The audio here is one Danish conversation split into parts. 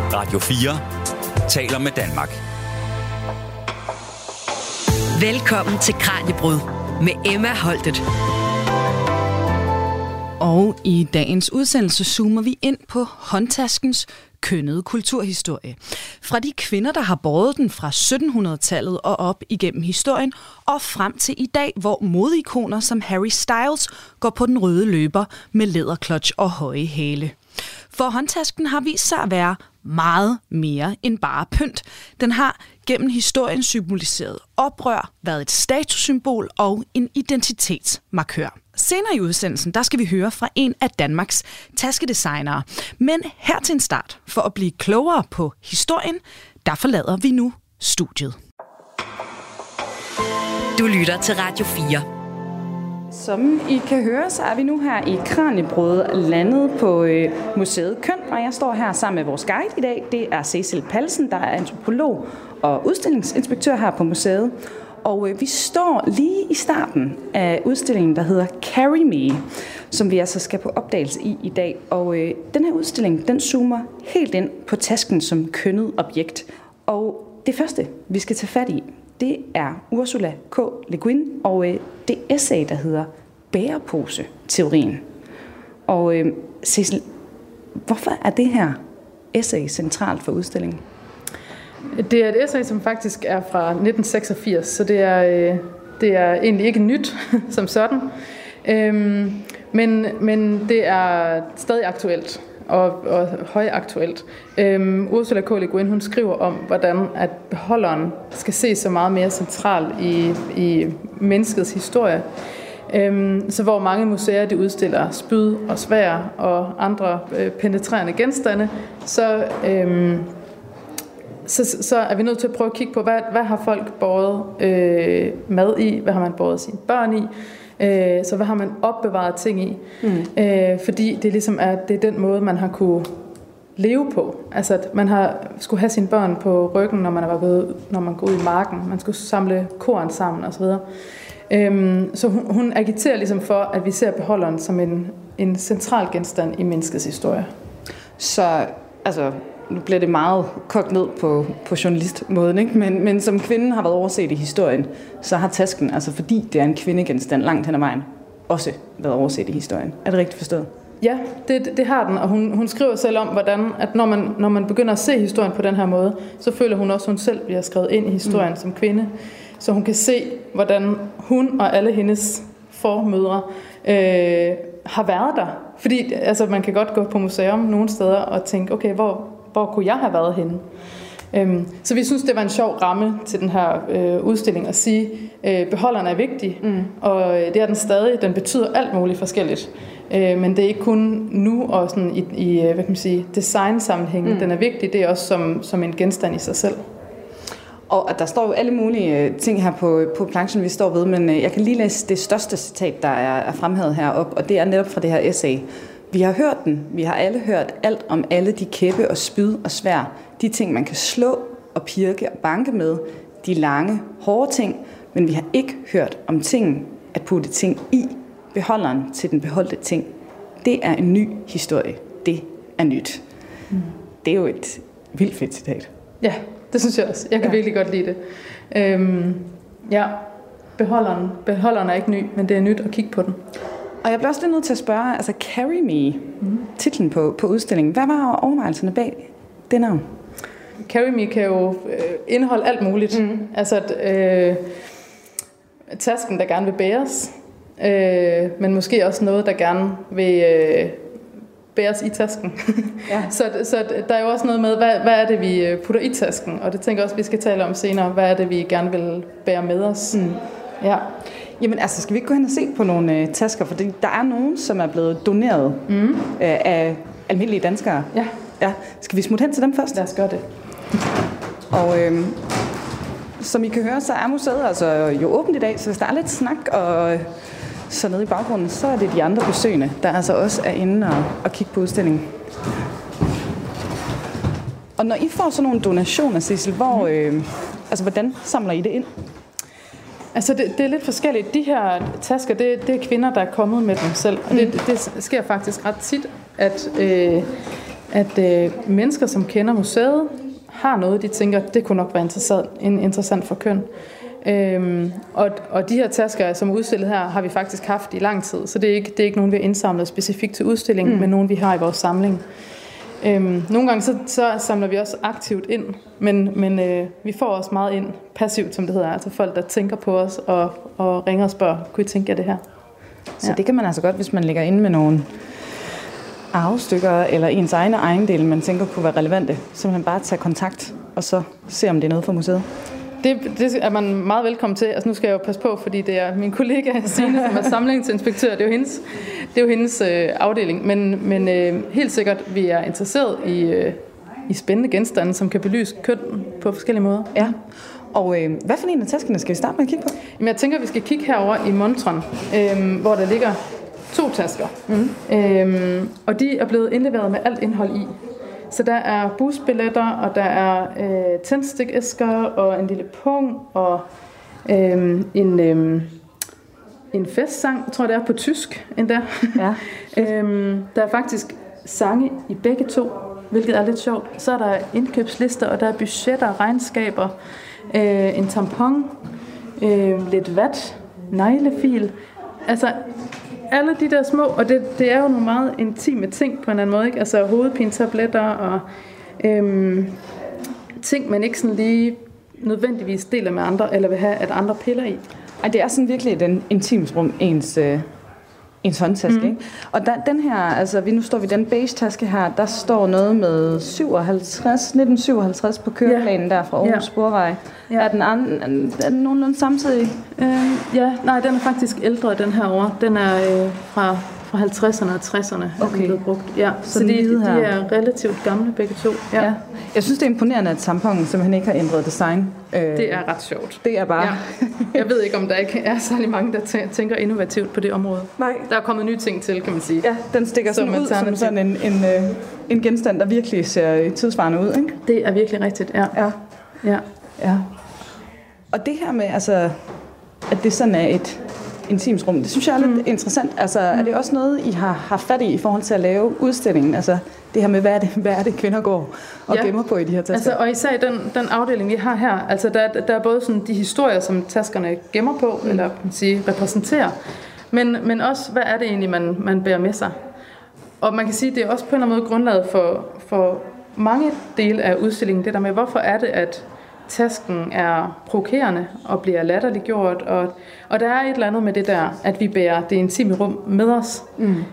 Radio 4 taler med Danmark. Velkommen til Kraniebrud med Emma Holtet. Og i dagens udsendelse zoomer vi ind på håndtaskens kønnede kulturhistorie. Fra de kvinder, der har båret den fra 1700-tallet og op igennem historien, og frem til i dag, hvor modeikoner som Harry Styles går på den røde løber med læderklods og høje hæle. For håndtasken har vist sig at være meget mere end bare pynt. Den har gennem historien symboliseret oprør, været et statussymbol og en identitetsmarkør. Senere i udsendelsen, der skal vi høre fra en af Danmarks taskedesignere. Men her til en start, for at blive klogere på historien, der forlader vi nu studiet. Du lytter til Radio 4. Som I kan høre, så er vi nu her i Kraniebrud landet på museet Køn, og jeg står her sammen med vores guide i dag. Det er Cecil Pallesen, der er antropolog og udstillingsinspektør her på museet. Og vi står lige i starten af udstillingen, der hedder Carry Me, som vi altså skal på opdagelse i dag. Og den her udstilling, den zoomer helt ind på tasken som kønnet objekt. Og det første, vi skal tage fat i, det er Ursula K. Le Guin og det essay, der hedder bærepose-teorien. Og Cecil, hvorfor er det her essay centralt for udstillingen? Det er et essay, som faktisk er fra 1986, så det er egentlig ikke nyt som sådan. Men det er stadig aktuelt og højaktuelt. Ursula K. Le Guin, hun skriver om, hvordan at beholderen skal ses så meget mere central i menneskets historie. Så hvor mange museer de udstiller spyd og sværd og andre penetrerende genstande, så er vi nødt til at prøve at kigge på, hvad har folk båret mad i, hvad har man båret sine børn i, så hvad har man opbevaret ting i, fordi det ligesom det er den måde, man har kunne leve på. Altså at man skulle have sine børn på ryggen, når man går ud i marken, man skulle samle korn sammen osv. Så hun agiterer ligesom for, at vi ser beholderen som en central genstand i menneskets historie. Så altså nu bliver det meget kogt ned på journalistmåden, ikke? Men som kvinden har været overset i historien, så har tasken, altså fordi det er en kvindegenstand langt hen ad vejen, også været overset i historien. Er det rigtigt forstået? Ja, det har den, og hun skriver selv om, hvordan at når man begynder at se historien på den her måde, så føler hun også, at hun selv bliver skrevet ind i historien som kvinde, så hun kan se, hvordan hun og alle hendes formødre har været der. Fordi altså, man kan godt gå på museum nogle steder og tænke, okay, hvor kunne jeg have været henne? Så vi synes, det var en sjov ramme til den her udstilling at sige, beholderen er vigtig, og det er den stadig. Den betyder alt muligt forskelligt. Men det er ikke kun nu og sådan i hvad kan man sige, design-sammenhængen. Den er vigtig, det er også som en genstand i sig selv. Og der står jo alle mulige ting her på planchen, vi står ved, men jeg kan lige læse det største citat, der er fremhævet heroppe, og det er netop fra det her essay. Vi har hørt den. Vi har alle hørt alt om alle de kæppe og spyd og svær. De ting, man kan slå og pirke og banke med. De lange, hårde ting. Men vi har ikke hørt om tingen at putte ting i. Beholderen til den beholdte ting. Det er en ny historie. Det er nyt. Det er jo et vildt fedt citat. Ja, det synes jeg også. Jeg kan virkelig godt lide det. Ja, beholderen er ikke ny, men det er nyt at kigge på den. Og jeg bliver også lidt nødt til at spørge, altså Carry Me, titlen på udstillingen, hvad var overvejelserne bag det navn? Carry Me kan jo indeholde alt muligt. Altså tasken, der gerne vil bæres, men måske også noget, der gerne vil bæres i tasken. Ja. så der er jo også noget med, hvad er det, vi putter i tasken, og det tænker jeg også, vi skal tale om senere. Hvad er det, vi gerne vil bære med os? Ja. Jamen altså, skal vi ikke gå hen og se på nogle tasker? For der er nogen, som er blevet doneret af almindelige danskere. Ja. Skal vi smutte hen til dem først? Lad os gøre det. Og som I kan høre, så er museet altså jo åbent i dag, så hvis der er lidt snak og så nede i baggrunden, så er det de andre besøgende, der altså også er inde og kigge på udstillingen. Og når I får sådan nogle donationer, Cecil, hvordan samler I det ind? Altså det er lidt forskelligt. De her tasker, det er kvinder, der er kommet med dem selv. Og det sker faktisk ret tit, mennesker, som kender museet, har noget, de tænker, det kunne nok være interessant for køn. Og de her tasker, som er udstillet her, har vi faktisk haft i lang tid, så det er ikke nogen, vi har indsamlet specifikt til udstillingen, men nogen, vi har i vores samling. Nogle gange så samler vi også aktivt ind, men vi får også meget ind passivt, som det hedder, altså folk, der tænker på os og ringer og spørger, kunne I tænke jer det her? Så det kan man altså godt, hvis man ligger inde med nogle arvestykker eller ens egne ejendele, man tænker kunne være relevante, simpelthen bare tage kontakt og så se, om det er noget for museet. Det er man meget velkommen til. Altså nu skal jeg jo passe på, fordi det er min kollega Signe, som er samlingsinspektør. Det er jo hendes afdeling. Men helt sikkert, vi er interesseret i spændende genstande, som kan belyse køn på forskellige måder. Ja. Og hvad for en af taskerne skal vi starte med at kigge på? Jamen, jeg tænker, vi skal kigge herover i montren, hvor der ligger 2 tasker. Og de er blevet indleveret med alt indhold i. Så der er busbilletter, og der er tændstikæsker, og en lille pung, og en festsang, tror jeg det er på tysk endda. Ja. Der er faktisk sange i begge 2, hvilket er lidt sjovt. Så er der indkøbslister, og der er budgetter, regnskaber, en tampon, lidt vat, neglefil. Altså alle de der små, og det er jo nogle meget intime ting på en anden måde, ikke? Altså hovedpinetabletter og ting, man ikke sådan lige nødvendigvis deler med andre, eller vil have, at andre piller i. Ej, det er sådan virkelig et intimt rum, ens håndtaske, ikke? Og den her, altså nu står vi den beige taske her, der står noget med 1957 på køreplanen der fra Aarhus Sporvej. Ja. Er den nogenlunde samtidig? Nej, den er faktisk ældre, den her over. Den er fra 50'erne og 60'erne. Okay. Blevet brugt. Ja, så de er relativt gamle begge 2. Ja. Jeg synes, det er imponerende, at tamponen simpelthen ikke har ændret design. Det er ret sjovt. Det er bare... Ja. Jeg ved ikke, om der ikke er særlig mange, der tænker innovativt på det område. Nej. Der er kommet nye ting til, kan man sige. Ja, den stikker sådan ud som sådan en genstand, der virkelig ser tidsvarende ud, ikke? Det er virkelig rigtigt, ja. Og det her med, altså, at det sådan er et intimsrum, det synes jeg er lidt interessant. Altså, er det også noget, I har haft fat i forhold til at lave udstillingen? Altså, det her med, hvad er det kvinder går og gemmer på i de her tasker? Altså, og især i den afdeling, vi har her, altså, der er både sådan de historier, som taskerne gemmer på, eller man sige, repræsenterer, men også, hvad er det egentlig, man bærer med sig? Og man kan sige, det er også på en eller anden måde grundlaget for mange dele af udstillingen, det der med, hvorfor er det, at tasken er provokerende og bliver latterliggjort, og der er et eller andet med det der, at vi bærer det intime rum med os,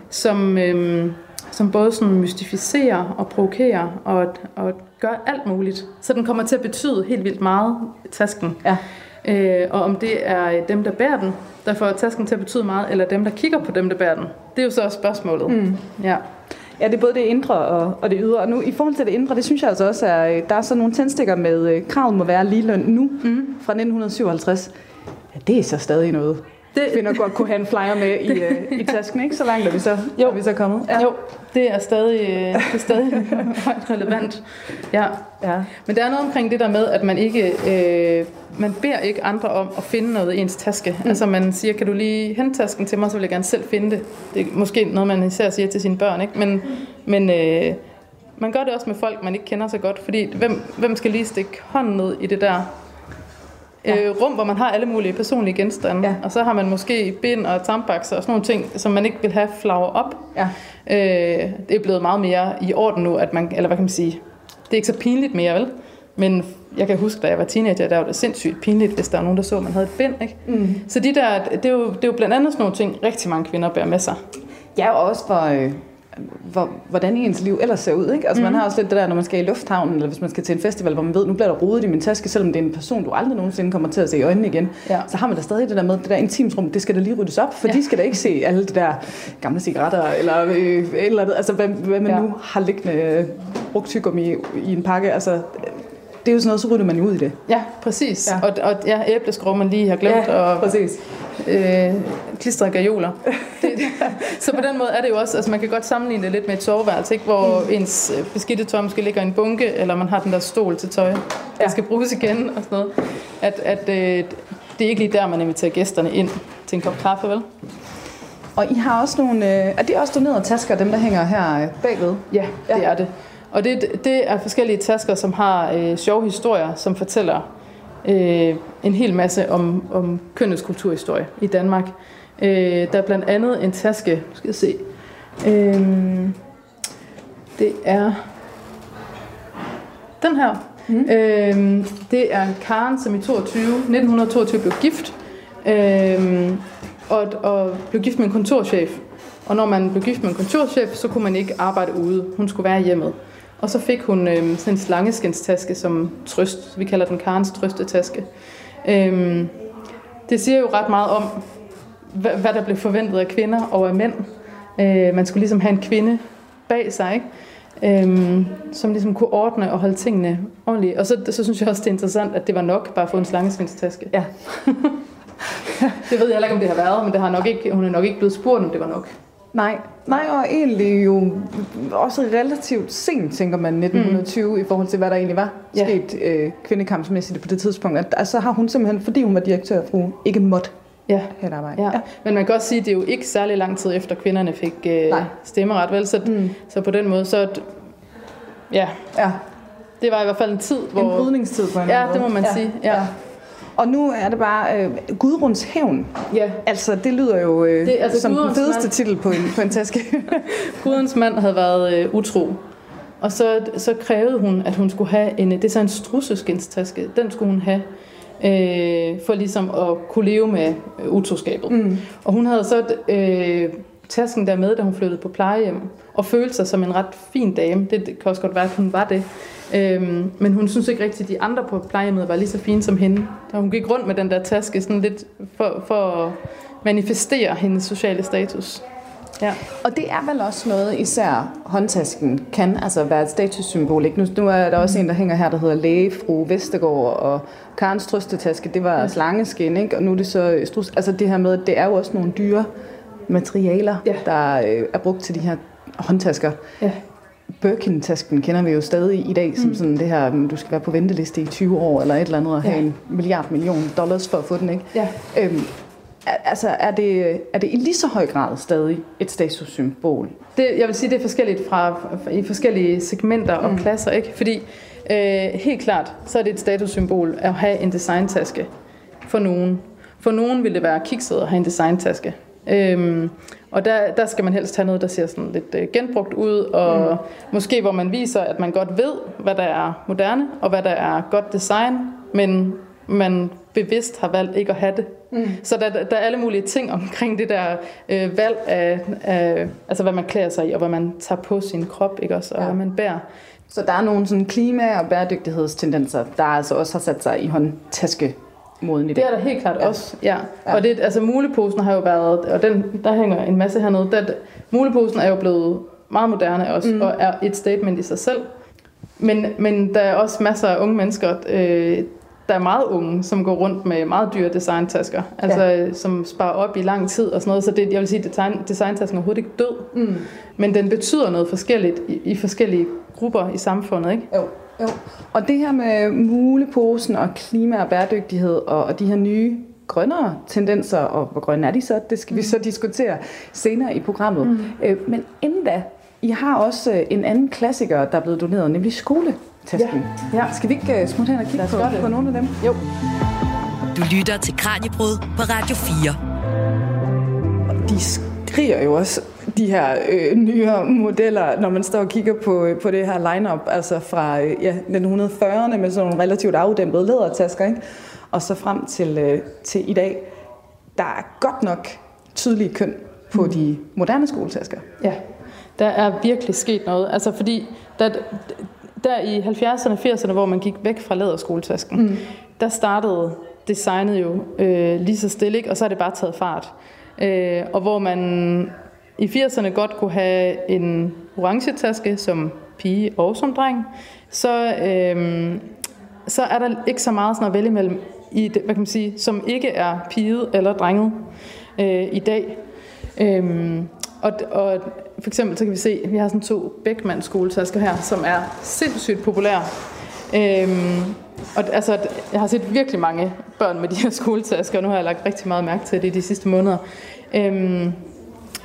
som både sådan mystificerer og provokerer og gør alt muligt. Så den kommer til at betyde helt vildt meget, tasken. Ja. Og om det er dem, der bærer den, der får tasken til at betyde meget, eller dem, der kigger på dem, der bærer den. Det er jo så også spørgsmålet. Ja. Ja, det er både det indre og det ydre. Og nu i forhold til det indre, det synes jeg altså også er, der er sådan nogle tændstikker med kravet må være ligeløn nu fra 1957. Ja, det er så stadig noget. Det finder godt kunne have en flyer med i tasken, ikke? Så langt er vi så kommet. Ja. Jo, det er stadig højt relevant. Ja. Men der er noget omkring det der med, at man ikke man beder ikke andre om at finde noget i ens taske. Altså man siger, kan du lige hente tasken til mig, så vil jeg gerne selv finde det. Det er måske noget, man især siger til sine børn, ikke? Men man gør det også med folk, man ikke kender så godt, fordi hvem skal lige stikke hånden ned i det der rum, hvor man har alle mulige personlige genstande, og så har man måske bind og tandbakser og sådan nogle ting, som man ikke vil have flagre op. Ja. Det er blevet meget mere i orden nu, at man, eller hvad kan man sige, det er ikke så pinligt mere, vel? Men jeg kan huske, da jeg var teenager, der var det sindssygt pinligt, hvis der var nogen, der så, at man havde et bind, ikke? Så det er jo blandt andet sådan nogle ting, rigtig mange kvinder bærer med sig. Ja, og også hvordan ens liv ellers ser ud, ikke? Altså man har også lidt det der, når man skal i lufthavnen, eller hvis man skal til en festival, hvor man ved, nu bliver der rodet i min taske, selvom det er en person, du aldrig nogensinde kommer til at se i øjnene igen, så har man da stadig det der med, det der intimsrum, det skal da lige ryddes op, for de skal da ikke se alle de der gamle cigaretter, eller altså hvad man nu har liggende brugt tyggegummi i en pakke, altså det er jo sådan noget, så rydder man jo ud i det. Ja, præcis. Ja. Og æbleskrog, man lige har glemt, og præcis. Klistrede gajoler. Så på den måde er det jo også, altså man kan godt sammenligne det lidt med et soveværelse, ikke? Hvor ens beskidte tøj måske ligger i en bunke, eller man har den der stol til tøj, der skal bruges igen og sådan noget. At det er ikke lige der, man inviterer gæsterne ind til en kop kaffe, vel? Og I har også nogle, er det også donerede tasker, dem der hænger her bagved? Ja, det er det. Og det er forskellige tasker, som har sjove historier, som fortæller en hel masse om kønnets kulturhistorie i Danmark. Der er blandt andet en taske, skal jeg se, det er den her. Det er Karen, som i 1922 blev gift, og blev gift med en kontorchef. Og når man blev gift med en kontorchef, så kunne man ikke arbejde ude. Hun skulle være hjemmet. Og så fik hun sådan en slangeskinstaske som trøst. Vi kalder den Karens trøstetaske. Det siger jo ret meget om, hvad der blev forventet af kvinder og af mænd. Man skulle ligesom have en kvinde bag sig, ikke? Som ligesom kunne ordne og holde tingene ordentligt. Og så synes jeg også, det er interessant, at det var nok bare at få en slangeskinstaske. Ja. Det ved jeg heller ikke, om det har været, men hun er nok ikke blevet spurgt, om det var nok. Nej, og egentlig jo også relativt sent, tænker man, 1920, i forhold til, hvad der egentlig var sket kvindekampsmæssigt på det tidspunkt. At så har hun simpelthen, fordi hun var direktørfrue, ikke måtte have et arbejde. Ja. Men man kan også sige, at det er jo ikke særlig lang tid efter kvinderne fik stemmeret, vel? Så på den måde, så det var i hvert fald en tid, hvor... En brydningstid på en måde. Ja, det må man sige, ja. Og nu er det bare Gudruns hævn. Ja. Altså, det lyder jo som den fedeste titel på en taske. Gudruns mand havde været utro. Og så krævede hun, at hun skulle have det er så en strudseskinstaske. Den skulle hun have, for ligesom at kunne leve med utroskabet. Og hun havde så tasken der med, da hun flyttede på plejehjem, og følte sig som en ret fin dame. Det kan også godt være, at hun var det. Men hun synes ikke rigtigt, at de andre på plejehjemmet var lige så fine som hende. Så hun gik rundt med den der taske sådan lidt for at manifestere hendes sociale status. Ja. Og det er vel også noget, især håndtasken kan altså være et statussymbol. Ikke? Nu er der også en, der hænger her, der hedder Lægefru Vestergaard, og Karens trøstetaske, det var slangeskin, ikke? Og nu er det så altså det her med, at det er jo også nogle dyre materialer, der er brugt til de her håndtasker. Ja. Birkin-tasken kender vi jo stadig i dag som sådan det her, du skal være på venteliste i 20 år eller et eller andet og have $1 million for at få den, ikke? Ja. Altså er det i lige så høj grad stadig et statussymbol? Jeg vil sige, det er forskelligt i forskellige segmenter og klasser, ikke? Fordi helt klart, så er det et statussymbol at have en designtaske for nogen. For nogen vil det være kikset at have en designtaske. Og der skal man helst have noget, der ser sådan lidt genbrugt ud, og måske hvor man viser, at man godt ved, hvad der er moderne, og hvad der er godt design, men man bevidst har valgt ikke at have det. Så der er alle mulige ting omkring det der valg af altså hvad man klæder sig i, og hvad man tager på sin krop, ikke også, og hvad man bærer. Så der er nogle sådan klima- og bæredygtighedstendenser, der altså også har sat sig i håndtaskemoden i dag. Det er der helt klart også, ja. Og det, altså muleposen har jo været, og der hænger en masse hernede, muleposen er jo blevet meget moderne også, og er et statement i sig selv. Men der er også masser af unge mennesker, der er meget unge, som går rundt med meget dyre designtasker, altså som sparer op i lang tid og sådan noget, så det, jeg vil sige, designtasken er overhovedet ikke død, men den betyder noget forskelligt i forskellige grupper i samfundet, ikke? Jo. Og det her med muleposen og klima og bæredygtighed og de her nye grønnere tendenser, og hvor grønne er de så, det skal vi så diskutere senere i programmet. Men inden da, I har også en anden klassiker, der er blevet doneret, nemlig skoletasken. Ja. Skal vi ikke smutte hen og kigge på nogle af dem? Jo. Du lytter til Kraniebrud på Radio 4. De skriger jo også, de her nyere modeller, når man står og kigger på det her line-up, altså fra 1940'erne med sådan nogle relativt afdæmpede lædertasker, ikke? Og så frem til i dag. Der er godt nok tydelige køn på de moderne skoletasker. Ja, der er virkelig sket noget. Altså fordi der i 70'erne og 80'erne, hvor man gik væk fra læderskoletasken, der startede designet jo lige så stille, ikke? Og så er det bare taget fart. Og hvor man i 80'erne godt kunne have en orange taske som pige og som dreng, så er der ikke så meget sådan at vælge imellem i det, hvad kan man sige, som ikke er piget eller drenget i dag. Og for eksempel så kan vi se, at vi har sådan 2 Beckmann skoletasker her, som er sindssygt populære. Og altså, jeg har set virkelig mange børn med de her skoletasker, og nu har jeg lagt rigtig meget mærke til det i de sidste måneder.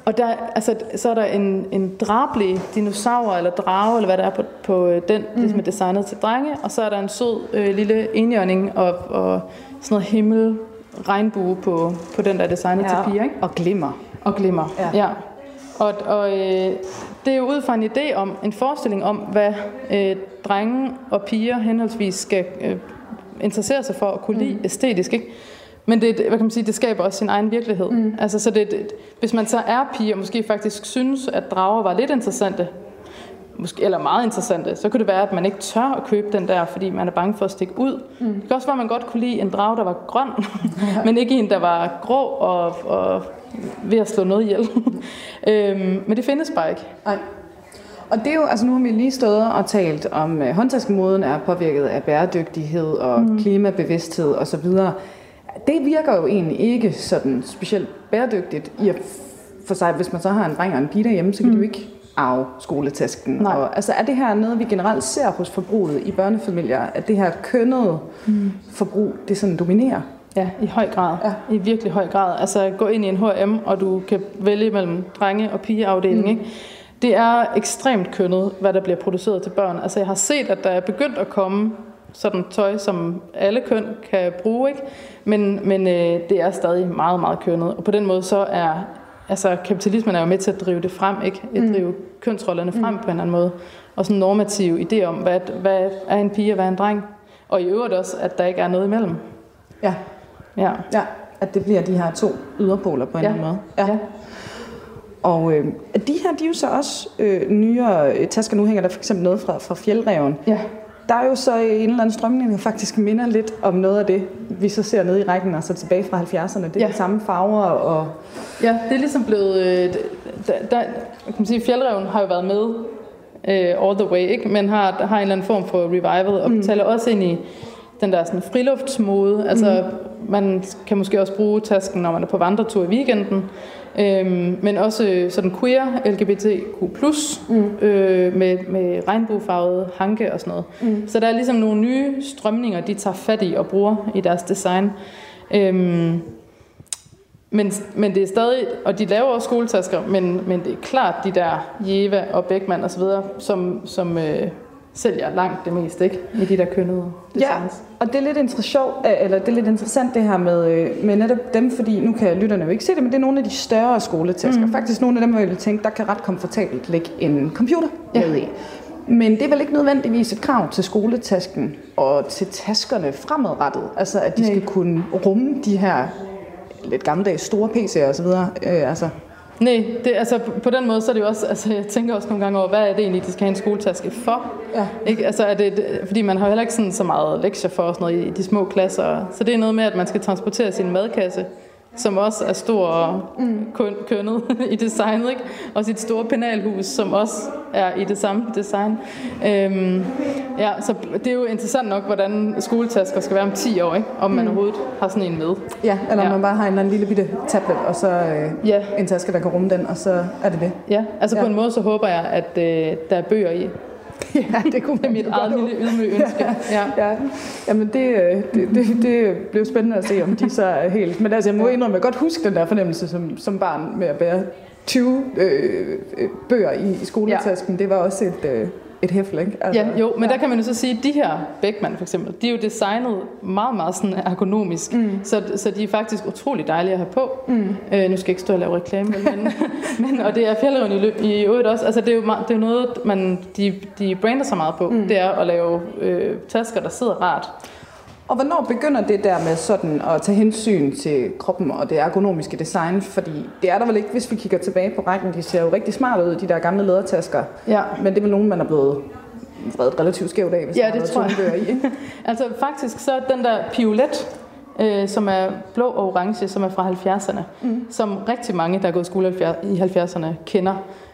Og der, altså, så er der en drabelig dinosaur eller drage, eller hvad der er på den, ligesom er designet til drenge. Og så er der en sød lille enhjørning og sådan noget himmel, regnbue på den, der er designet til piger. Ikke? Og glimmer. Og glimmer, ja. Og det er jo ud fra en idé om, en forestilling om, hvad drenge og piger henholdsvis skal interessere sig for at kunne lide æstetisk, ikke? Men det, hvad kan man sige, det skaber også sin egen virkelighed. Altså, så hvis man så er piger, og måske faktisk synes, at drager var lidt interessante, måske, eller meget interessante, så kunne det være, at man ikke tør at købe den der, fordi man er bange for at stikke ud. Det kan også være, at man godt kunne lide en drage, der var grøn, men ikke en, der var grå og ved at slå noget ihjel. Men det findes bare ikke. Nej. Og det er jo, altså nu har vi lige stået og talt om, håndtaskemoden er påvirket af bæredygtighed og klimabevidsthed osv. Det virker jo egentlig ikke sådan specielt bæredygtigt i for sig. Hvis man så har en dreng og en pige derhjemme, så kan du jo ikke arve skoletasken. Og, altså er det her noget, vi generelt ser hos forbruget i børnefamilier, at det her kønnede forbrug, det sådan dominerer? Ja, i høj grad. Ja. I virkelig høj grad. Altså gå ind i en H&M, og du kan vælge mellem drenge- og pigeafdeling, ikke? Det er ekstremt kønnet, hvad der bliver produceret til børn. Altså jeg har set, at der er begyndt at komme sådan tøj, som alle køn kan bruge, ikke? Men det er stadig meget, meget kønnet. Og på den måde så er, altså kapitalismen er jo med til at drive det frem, ikke? At drive kønsrollerne frem på en eller anden måde. Og sådan en normativ idé om, hvad er en pige og hvad er en dreng. Og i øvrigt også, at der ikke er noget imellem. Ja. At det bliver de her to yderpoler på en eller anden måde. Ja. Og de her, de er jo så også nyere tasker. Nu hænger der for eksempel noget fra Fjeldræven. Ja. Der er jo så en eller anden strømning, der faktisk minder lidt om noget af det, vi så ser nede i rækken, og så tilbage fra 70'erne. Det er de samme farver. Og ja, det er ligesom blevet... kan man sige, Fjeldræven har jo været med all the way, ikke? Men har en eller anden form for revival, og taler også ind i den der sådan friluftsmode. Altså, man kan måske også bruge tasken, når man er på vandretur i weekenden. Men også sådan queer, LGBTQ+, med regnbuefarvede hanke og sådan noget. Så der er ligesom nogle nye strømninger, de tager fat i og bruger i deres design. Men det er stadig, og de laver også skoletasker, men det er klart de der Jeva og Beckmann og så videre, som sælger langt det meste, ikke? I de der kønnede designs. Ja, og det er lidt interessant det her med netop dem, fordi nu kan lytterne jo ikke se det, men det er nogle af de større skoletasker. Faktisk nogle af dem, hvor jeg vil tænke, der kan ret komfortabelt ligge en computer ned i. Men det er vel ikke nødvendigvis et krav til skoletasken og til taskerne fremadrettet, altså at de skal kunne rumme de her lidt gammeldags store PC'er og så videre, altså. Nej, altså på den måde så er det jo også, altså jeg tænker også nogle gange over, hvad er det egentlig, de skal have en skoletaske for? Ja. Ikke? Altså er det, fordi man har heller ikke sådan så meget lektier for sådan noget i de små klasser, så det er noget med, at man skal transportere sin madkasse, som også er stor og kønnet i designet, ikke? Og sit store penalhus, som også er i det samme design. Så det er jo interessant nok, hvordan skoletasker skal være om 10 år, ikke? Om man overhovedet har sådan en med. Ja, eller om man bare har en eller anden lille bitte tablet, og så en taske, der kan rumme den, og så er det det. Ja, altså på en måde så håber jeg, at der er bøger i. Ja, det kunne mit eget lille ydmyge ønske. Ja. Jamen det blev spændende at se, om de så er helt... Men altså, jeg må indrømme, at godt huske den der fornemmelse som barn med at bære 20 bøger i skoletasken. Det var også et hæfle, ikke? Altså, ja, jo, men der kan man jo så sige, at de her Beckmann for eksempel, de er jo designet meget, meget sådan ergonomisk, så de er faktisk utrolig dejlige at have på. Nu skal jeg ikke stå og lave reklame, men og det er Fjeldræven i øvrigt også. Altså det er jo noget, de brander sig meget på. Det er at lave tasker, der sidder rart. Og hvornår begynder det der med sådan at tage hensyn til kroppen og det ergonomiske design? Fordi det er der vel ikke, hvis vi kigger tilbage på rækken. De ser jo rigtig smart ud, de der gamle lædertasker. Ja. Men det er vel nogen, man er blevet vredet relativt skævt af, hvis man har noget tungebøger i. Altså faktisk så den der Piolet, som er blå og orange, som er fra 70'erne, som rigtig mange, der er gået i skole i 70'erne, kender.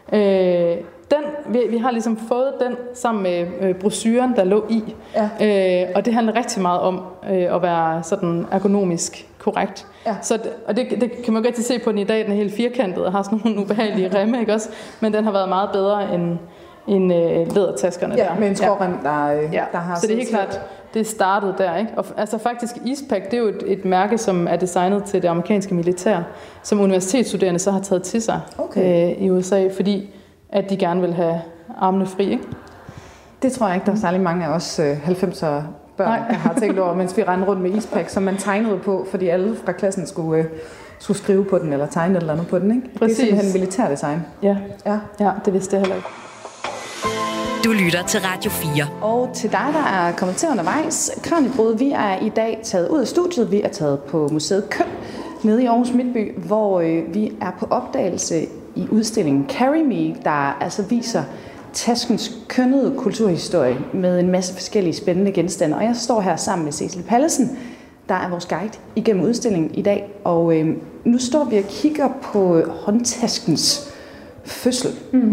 Vi har ligesom fået den sammen med brochuren, der lå i. Ja. Og det handler rigtig meget om at være sådan ergonomisk korrekt. Ja. Og det kan man godt se på den i dag, den er helt firkantet og har sådan nogle ubehagelige remme, ikke også? Men den har været meget bedre end lædertaskerne. Ja, med en skrårem, der har... Så det er helt klart, det startede der, ikke? Og altså faktisk Eastpak, det er jo et mærke, som er designet til det amerikanske militær, som universitetsstuderende så har taget til sig i USA, fordi at de gerne vil have armene fri, ikke? Det tror jeg ikke, der er særlig mange af os 90'er børn, der har tænkt over, mens vi rendte rundt med Eastpak, som man tegnede på, fordi alle fra klassen skulle skrive på den, eller tegne et eller andet på den, ikke? Præcis. Det er simpelthen militærdesign. Ja, det vidste jeg heller ikke. Du lytter til Radio 4. Og til dig, der er kommet til undervejs, Kraniebrud, vi er i dag taget ud af studiet. Vi er taget på Museet Køn nede i Aarhus Midtby, hvor vi er på opdagelse i udstillingen Carry Me, der altså viser taskens kønnede kulturhistorie med en masse forskellige spændende genstande. Og jeg står her sammen med Cecil Pallesen, der er vores guide igennem udstillingen i dag. Og nu står vi og kigger på håndtaskens fødsel.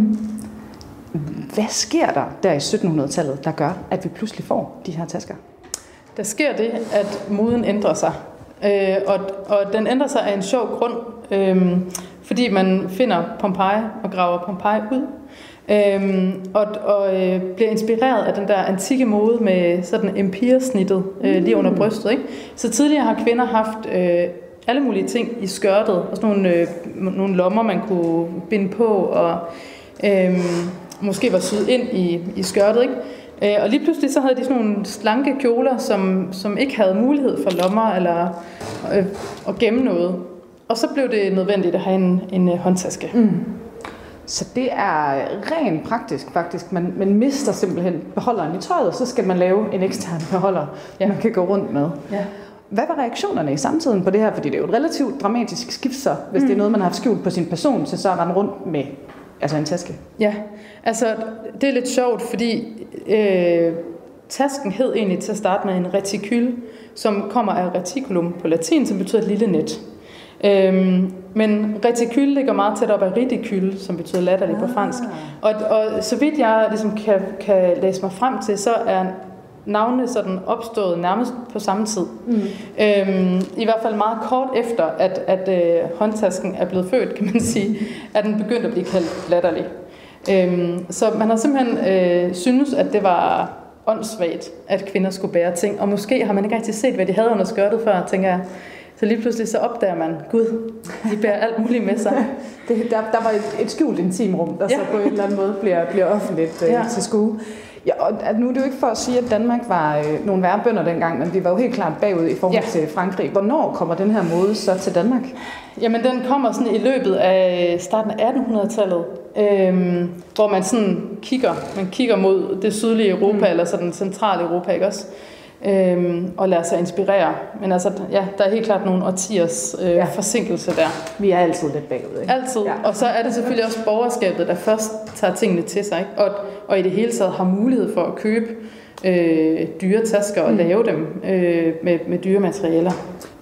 Hvad sker der i 1700-tallet, der gør, at vi pludselig får de her tasker? Der sker det, at moden ændrer sig. Og den ændrer sig af en sjov grund, fordi man finder Pompeji og graver Pompeji ud. Og bliver inspireret af den der antikke mode med sådan empire-snittet lige under brystet, ikke? Så tidligere har kvinder haft alle mulige ting i skørtet, og sådan nogle lommer, man kunne binde på, og måske var syet ind i skørtet, ikke? Og lige pludselig så havde de sådan nogle slanke kjoler, som ikke havde mulighed for lommer eller at gemme noget. Og så blev det nødvendigt at have en håndtaske. Så det er rent praktisk faktisk. Man mister simpelthen beholderen i tøjet, og så skal man lave en ekstern beholder, man kan gå rundt med. Ja. Hvad var reaktionerne i samtiden på det her? Fordi det er jo et relativt dramatisk skift, så hvis det er noget, man har haft skjult på sin person, så er man rundt med en taske. Ja, altså det er lidt sjovt, fordi tasken hed egentlig til at starte med en reticule, som kommer af reticulum på latin, som betyder et lille net. Men reticule ligger meget tæt op af ridicule, som betyder latterlig på fransk. Og så vidt jeg ligesom kan læse mig frem til, så er navnene sådan opstået nærmest på samme tid. I hvert fald meget kort efter, at håndtasken er blevet født, kan man sige, at den begyndt at blive kaldt latterlig. Så man har simpelthen synes, at det var åndssvagt, at kvinder skulle bære ting, og måske har man ikke rigtig set, hvad de havde under skørtet før, tænker jeg. Så lige pludselig så opdager man, gud, de bærer alt muligt med sig. Der var et skjult intimrum, der så på en eller anden måde bliver offentligt til skue. Ja, og nu er det jo ikke for at sige, at Danmark var nogle værre bønder dengang, men vi var jo helt klart bagud i forhold til Frankrig. Hvornår kommer den her mode så til Danmark? Jamen, den kommer sådan i løbet af starten af 1800-tallet, hvor man sådan kigger mod det sydlige Europa, eller sådan centrale Europa, ikke også? Og lader sig inspirere. Men altså, ja, der er helt klart nogle årtiers forsinkelse der. Vi er altid lidt bagud, ikke? Altid. Ja. Og så er det selvfølgelig også borgerskabet, der først tager tingene til sig, ikke? Og i det hele taget har mulighed for at købe dyre tasker og lave dem med dyre materialer.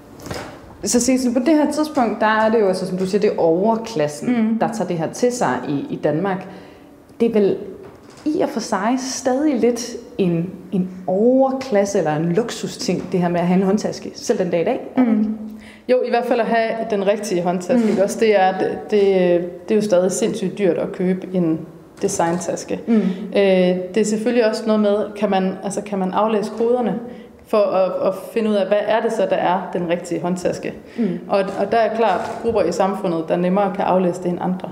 Så Cecil, på det her tidspunkt, der er det jo, altså, som du siger, det er overklassen, der tager det her til sig i Danmark. Det er vel i og for sig stadig lidt en overklasse eller en luksusting, det her med at have en håndtaske, selv den dag i dag. Jo, i hvert fald at have den rigtige håndtaske. Også det er jo stadig sindssygt dyrt at købe en designtaske. Det er selvfølgelig også noget med, kan man aflæse koderne for at finde ud af, hvad er det så, der er den rigtige håndtaske. Og der er klart grupper i samfundet, der nemmere kan aflæse det end andre.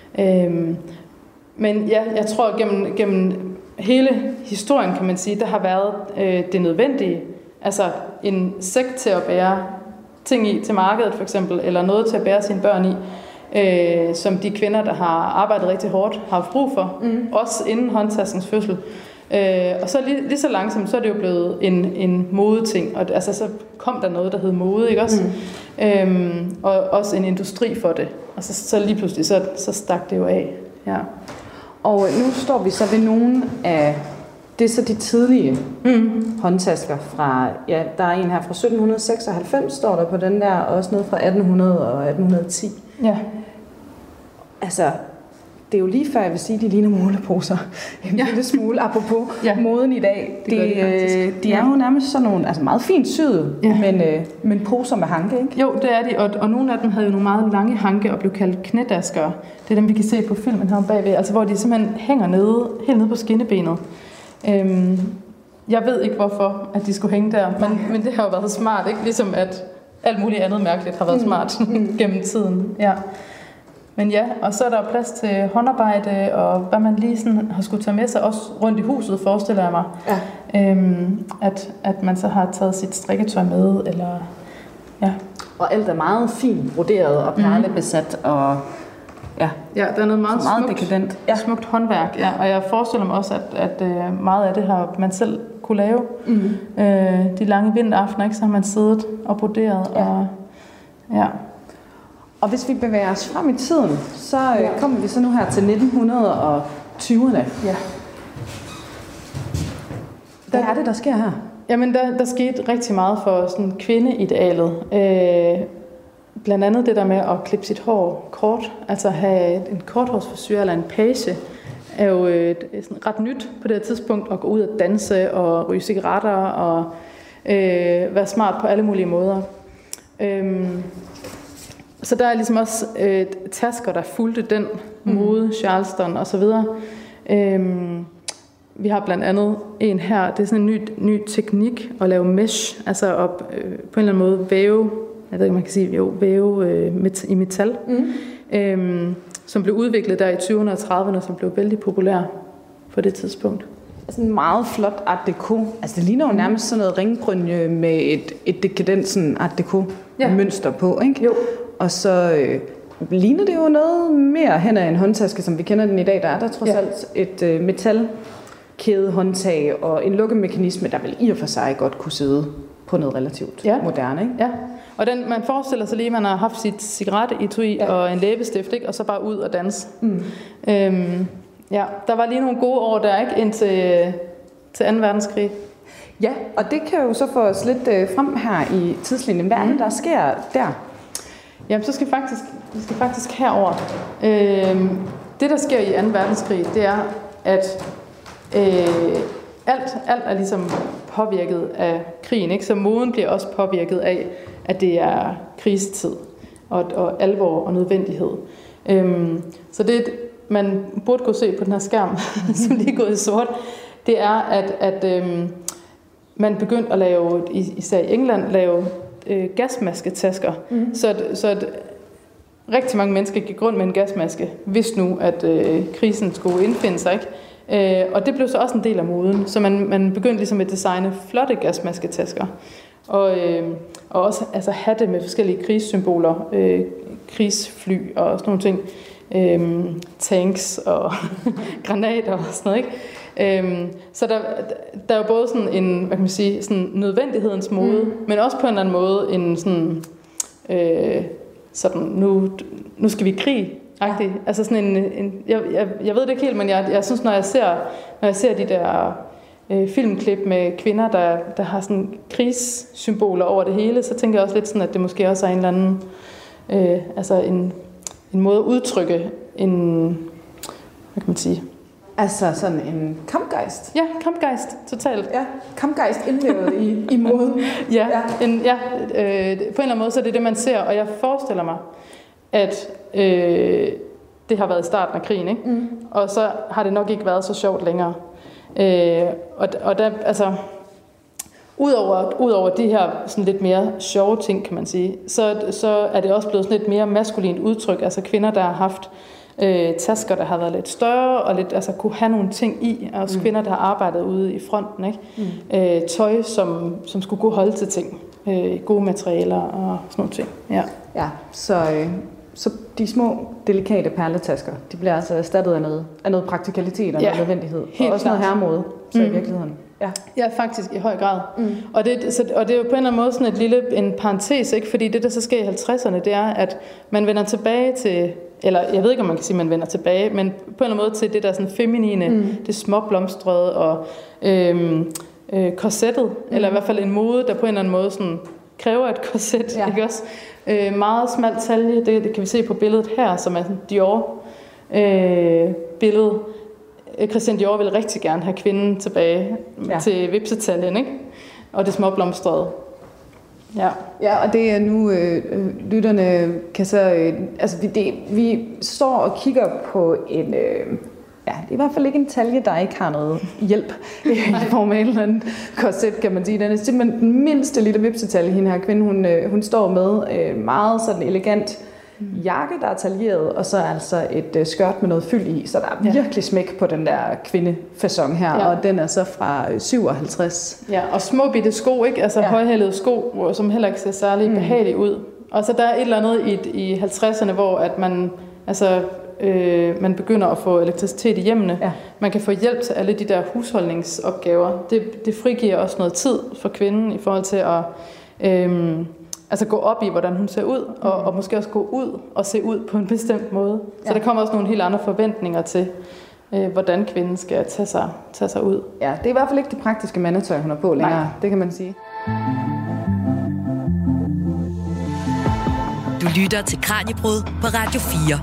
Men ja, jeg tror, gennem hele historien, kan man sige, der har været det nødvendige. Altså en sæk til at bære ting i til markedet, for eksempel, eller noget til at bære sine børn i, som de kvinder, der har arbejdet rigtig hårdt, har haft brug for, også inden håndtaskens fødsel. Og så lige så langsomt, så er det jo blevet en modeting, og altså, så kom der noget, der hed mode, ikke også? Og også en industri for det. Og så lige pludselig, så stak det jo af. Ja. Og nu står vi så ved nogle af det er så de tidlige håndtasker fra, ja, der er en her fra 1796, står der på den der, og også noget fra 1800 og 1810. Ja. Altså, det er jo lige før, jeg vil sige, at de ligner måleposer. En lille smule, apropos moden i dag. De er jo nærmest sådan nogle, altså meget fint syede, men poser med hanke, ikke? Jo, det er de, og nogle af dem havde jo nogle meget lange hanke og blev kaldt knædasker. Det er dem, vi kan se på filmen her bagved, altså hvor de simpelthen hænger helt nede på skinnebenet. Jeg ved ikke, hvorfor at de skulle hænge der, men det har jo været smart, ikke? Ligesom at alt muligt andet mærkeligt har været smart gennem tiden. Ja. Men ja, og så er der plads til håndarbejde, og hvad man lige sådan har skulle tage med sig, også rundt i huset, forestiller jeg mig. Ja. At man så har taget sit strikketøj med, eller ja. Og alt er meget fint broderet og perlebesat, og ja, der er noget meget smukt, dekadent. Ja. Smukt håndværk, ja. Og jeg forestiller mig også, at meget af det har man selv kunne lave. De lange vinteraftener, ikke, så har man siddet og broderet. Ja. Og, ja. Og hvis vi bevæger os frem i tiden, så kommer vi så nu her til 1920'erne. Ja. Hvad er det, der sker her? Jamen, der skete rigtig meget for sådan kvindeidealet. Blandt andet det der med at klippe sit hår kort, altså have en korthårsfrisyre eller en page, er jo sådan ret nyt på det her tidspunkt, at gå ud og danse og ryge cigaretter og være smart på alle mulige måder. Så der er ligesom også tasker, der fulgte den mode, Charleston og så videre. Vi har blandt andet en her, det er sådan en ny teknik at lave mesh, altså op, på en eller anden måde væve, jeg ved ikke, man kan sige, væve i metal, som blev udviklet der i 20'erne og 30'erne, som blev vældig populær på det tidspunkt. Sådan en meget flot art deco. Altså det ligner jo nærmest sådan noget ringbrynje med et dekadent sådan art deco mønster på, ikke? Jo. Og så ligner det jo noget mere hen ad en håndtaske, som vi kender den i dag. Der er der trods alt et metalkædehåndtag og en lukkemekanisme, der vel i og for sig godt kunne sidde på noget relativt moderne, ikke? Ja, og man forestiller sig lige, at man har haft sit cigarettetui og en læbestift, ikke? Og så bare ud og danse. Der var lige nogle gode år der, ikke? Indtil 2. verdenskrig. Ja, og det kan jo så få os lidt frem her i tidslinjen. Hvad er det, der sker der? Jamen, så skal vi skal faktisk herover. Det, der sker i 2. verdenskrig, det er, at alt er ligesom påvirket af krigen, ikke? Så moden bliver også påvirket af, at det er krisetid og alvor og nødvendighed. Så det, man burde kunne se på den her skærm, som lige er gået i sort, det er, at man begyndte at lave, især i England, lave gasmasketasker, så at rigtig mange mennesker gik rundt med en gasmaske, hvis nu, at krisen skulle indfinde sig, ikke? Og det blev så også en del af moden, så man begyndte ligesom at designe flotte gasmasketasker, og også altså hatte med forskellige krigssymboler, krigsfly og sådan nogle ting, tanks og granater og sådan noget, ikke? Så der er jo både sådan en, hvad kan man sige, sådan nødvendighedens mode, men også på en eller anden måde en sådan, sådan nu skal vi krig. Altså sådan en jeg ved det ikke helt, men jeg synes, når jeg ser de der filmklip med kvinder, der har sådan krigssymboler over det hele, så tænker jeg også lidt sådan, at det måske også er en eller anden, altså en måde at udtrykke en, hvad kan man sige? Altså sådan en kampgejst. Ja, kampgejst, totalt. Ja, kampgejst indlevet i mode. På en eller anden måde, så er det det, man ser, og jeg forestiller mig, at det har været i starten af krigen, ikke? Og så har det nok ikke været så sjovt længere. Og der, altså, udover de her sådan lidt mere sjove ting, kan man sige, så er det også blevet sådan et mere maskulint udtryk, altså kvinder, der har haft tasker, der har været lidt større, og lidt, altså kunne have nogle ting i, og også kvinder, der har arbejdet ude i fronten, ikke? Tøj, som skulle kunne holde til ting, gode materialer og sådan nogle ting. Ja, så de små, delikate perletasker, de bliver altså erstattet af noget praktikalitet og noget nødvendighed. Og også noget herremode, så i virkeligheden. Ja, faktisk i høj grad. Og det er jo på en eller anden måde sådan en parentes, ikke? Fordi det, der så sker i 50'erne, det er, at man vender tilbage til, eller jeg ved ikke, om man kan sige, at man vender tilbage, men på en eller anden måde til det der sådan feminine, det småblomstrede og korsettet, eller i hvert fald en mode, der på en eller anden måde sådan kræver et korset, ikke også? Meget smalt talje, det kan vi se på billedet her, som er sådan Dior billede. Christian Dior ville rigtig gerne have kvinden tilbage til vipsetaljen, ikke? Og det småblomstrede. Ja, og det er nu, lytterne kan så, altså vi står og kigger på Ja, det er i hvert fald ikke en talje, der ikke har noget hjælp i form af en eller anden korset, kan man sige. Den er simpelthen den mindste lille vipsetalje, hende her kvinde, hun står med meget sådan elegant jakke, der er taljeret, og så altså et skørt med noget fyld i, så der er virkelig smæk på den der kvindefacon her, og den er så fra 57. Ja, og små bitte sko, ikke? Altså højhælede sko, som heller ikke ser særlig behagelige ud. Og så der er et eller andet i 50'erne, hvor at man, man begynder at få elektricitet i hjemmene. Ja. Man kan få hjælp til alle de der husholdningsopgaver. Det frigiver også noget tid for kvinden i forhold til at gå op i, hvordan hun ser ud, og måske også gå ud og se ud på en bestemt måde. Så der kommer også nogle helt andre forventninger til, hvordan kvinden skal tage sig ud. Ja, det er i hvert fald ikke det praktiske mandetøj, hun har på længere. Nej. Det kan man sige. Du lytter til Kraniebrud på Radio 4.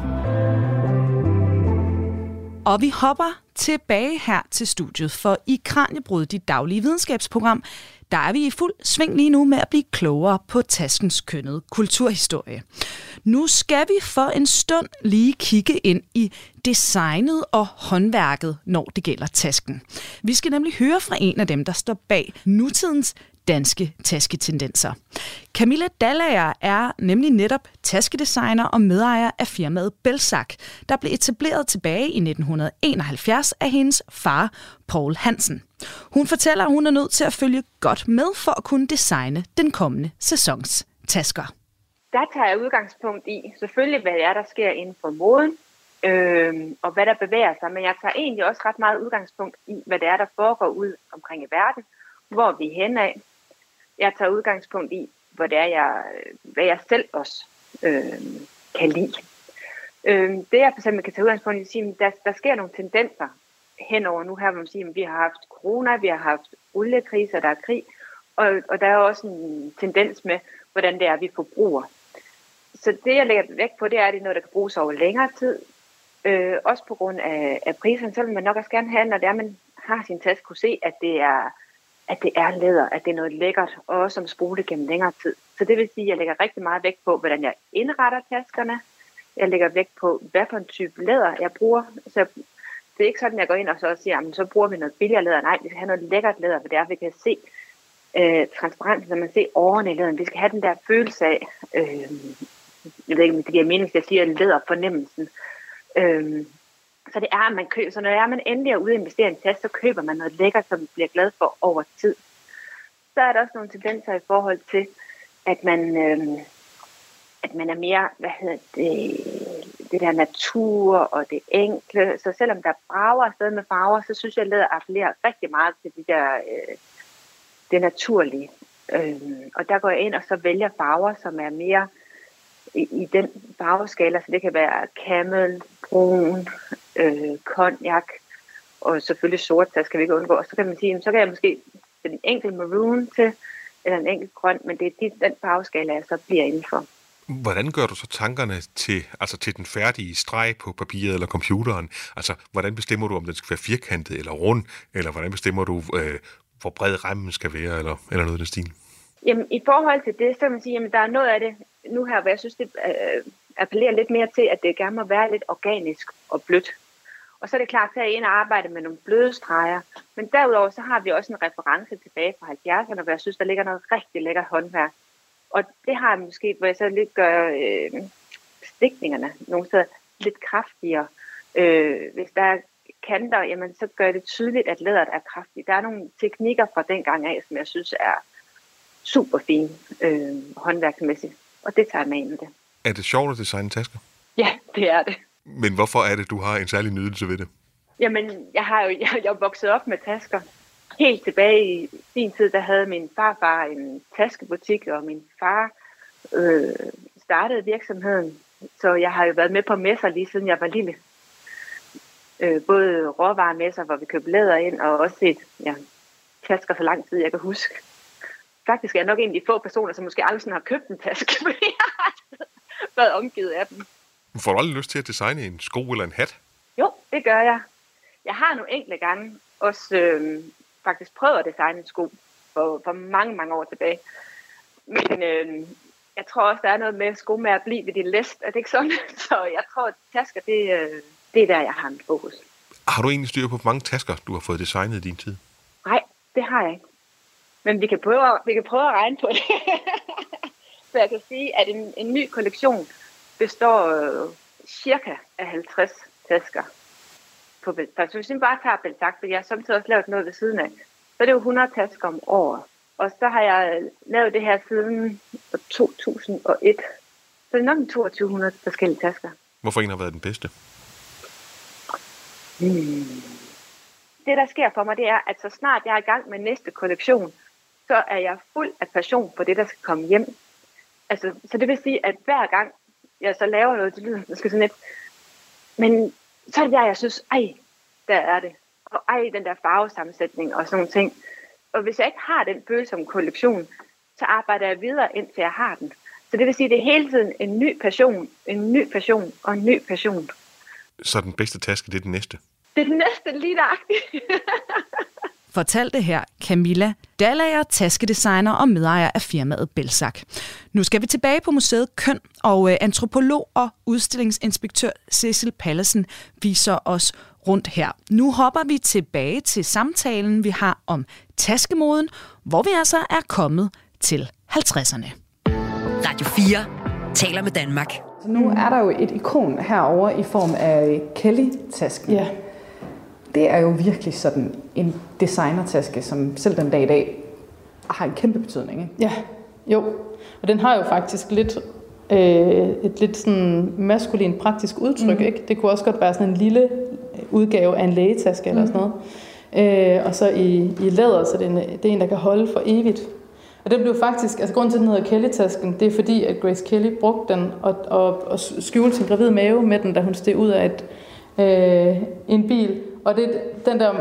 Og vi hopper tilbage her til studiet, for i Kraniebrud, dit daglige videnskabsprogram, der er vi i fuld sving lige nu med at blive klogere på taskens kønnede kulturhistorie. Nu skal vi for en stund lige kigge ind i designet og håndværket, når det gælder tasken. Vi skal nemlig høre fra en af dem, der står bag nutidens danske tasketendenser. Camilla Dallager er nemlig netop taskedesigner og medejer af firmaet Belsac, der blev etableret tilbage i 1971 af hendes far, Poul Hansen. Hun fortæller, at hun er nødt til at følge godt med for at kunne designe den kommende sæsons tasker. Der tager jeg udgangspunkt i selvfølgelig, hvad det er, der sker inden for moden, og hvad der bevæger sig, men jeg tager egentlig også ret meget udgangspunkt i, hvad det er, der foregår ud omkring i verden, hvor vi er henad. Jeg tager udgangspunkt i, hvad jeg selv også kan lide. Det jeg for eksempel kan tage udgangspunkt i, at sige, der sker nogle tendenser henover nu her, hvor man siger, at vi har haft corona, vi har haft oliekriser, der er krig, og der er også en tendens med, hvordan det er, vi forbruger. Så det jeg lægger vægt på, det er, at det er noget, der kan bruges over længere tid. Også på grund af priserne, så vil man nok også gerne have, når det er, man har sin taske, kunne se, at det er læder, at det er noget lækkert, og også som bruge det gennem længere tid. Så det vil sige, at jeg lægger rigtig meget vægt på, hvordan jeg indretter taskerne. Jeg lægger vægt på, hvad for en type læder jeg bruger. Så det er ikke sådan, at jeg går ind og så siger, at så bruger vi noget billigere læder. Nej, vi skal have noget lækkert læder, for det er, vi kan se transparensen, når man ser årene i læderen. Vi skal have den der følelse af, jeg ved ikke, om det giver mening, hvis jeg siger læderfornemmelsen. Så det er, at man køber. Så når man endelig er ude at investere i en taske, så køber man noget lækkert, som man bliver glad for over tid. Så er der også nogle tendenser i forhold til, at man er mere, det der natur og det enkle. Så selvom der brager afsted med farver, så synes jeg, at læder appellerer rigtig meget til det naturlige. Og der går jeg ind og så vælger farver, som er mere i den farveskala, så det kan være camel, brun, cognac og selvfølgelig sort, der skal vi ikke undgå. Og så kan man sige, så kan jeg måske sætte en enkelt maroon til, eller en enkelt grøn, men det er den farveskala, jeg så bliver indenfor. Hvordan gør du så tankerne til den færdige streg på papiret eller computeren? Altså, hvordan bestemmer du, om den skal være firkantet eller rund, eller hvordan bestemmer du, hvor bred rammen skal være, eller noget af den stil? Jamen, i forhold til det, så kan man sige, at der er noget af det nu her, hvor jeg synes, det appellerer lidt mere til, at det gerne må være lidt organisk og blødt. Og så er det klart, at jeg er inde og arbejde med nogle bløde streger. Men derudover, så har vi også en reference tilbage fra 70'erne, hvor jeg synes, der ligger noget rigtig lækkert håndværk. Og det har jeg måske, hvor jeg så lidt gør stikningerne nogle steder lidt kraftigere. Hvis der er kanter, jamen, så gør det tydeligt, at læderet er kraftigt. Der er nogle teknikker fra den gang af, som jeg synes er super fine håndværksmæssigt. Og det tager jeg med ind i det. Er det sjovt at designe tasker? Ja, det er det. Men hvorfor er det, du har en særlig nydelse ved det? Jamen, jeg er vokset op med tasker. Helt tilbage i sin tid, der havde min farfar en taskebutik, og min far startede virksomheden. Så jeg har jo været med på messer lige siden jeg var lille. Både råvaremesser, hvor vi købte læder ind, og også set tasker så lang tid, jeg kan huske. Faktisk er jeg nok en af de få personer, som måske aldrig har købt en taske, fordi jeg har været omgivet af dem. Får du aldrig lyst til at designe en sko eller en hat? Jo, det gør jeg. Jeg har nogle enkelte gange også faktisk prøvet at designe en sko for mange, mange år tilbage. Men jeg tror også, der er noget med sko med at blive ved din læst. Er det ikke sådan? Så jeg tror, at tasker, det er der, jeg har en fokus. Har du egentlig styr på, hvor mange tasker, du har fået designet i din tid? Nej, det har jeg ikke. Men vi kan prøve at regne på det. Så jeg kan sige, at en ny kollektion består cirka af 50 tasker. Så hvis vi bare tager Belsac, fordi jeg har samtidig også lavet noget ved siden af, så er det jo 100 tasker om året. Og så har jeg lavet det her siden 2001. Så det er nok 2200 forskellige tasker. Hvorfor en har været den bedste? Det, der sker for mig, det er, at så snart jeg er i gang med næste kollektion, så er jeg fuld af passion for det, der skal komme hjem. Altså, så det vil sige, at hver gang jeg så laver noget, det lyder måske sådan lidt, men så er det der, jeg synes, der er det. Og den der farvesammensætning og sådan nogle ting. Og hvis jeg ikke har den følsomme kollektion, så arbejder jeg videre, indtil jeg har den. Så det vil sige, at det er hele tiden en ny passion, en ny passion og en ny passion. Så den bedste taske, det er den næste? Det er den næste, lige nøjagtigt. Fortalte her Camilla Dallager, taskedesigner og medejer af firmaet Belsac. Nu skal vi tilbage på museet Køn, og antropolog og udstillingsinspektør Cecil Pallesen viser os rundt her. Nu hopper vi tilbage til samtalen, vi har om taskemoden, hvor vi altså er kommet til 50'erne. Radio 4 taler med Danmark. Så nu er der jo et ikon herover i form af Kelly-tasken. Ja. Det er jo virkelig sådan en designertaske, som selv den dag i dag har en kæmpe betydning, ikke? Ja, jo. Og den har jo faktisk et lidt sådan maskulin praktisk udtryk, ikke? Det kunne også godt være sådan en lille udgave af en lægetaske eller sådan noget. Og så i læder, så det er en, der kan holde for evigt. Og den blev faktisk, altså grunden til, at den hedder Kelly-tasken, det er fordi, at Grace Kelly brugte den og skjulte sin gravide mave med den, da hun steg ud af en bil. Og det den der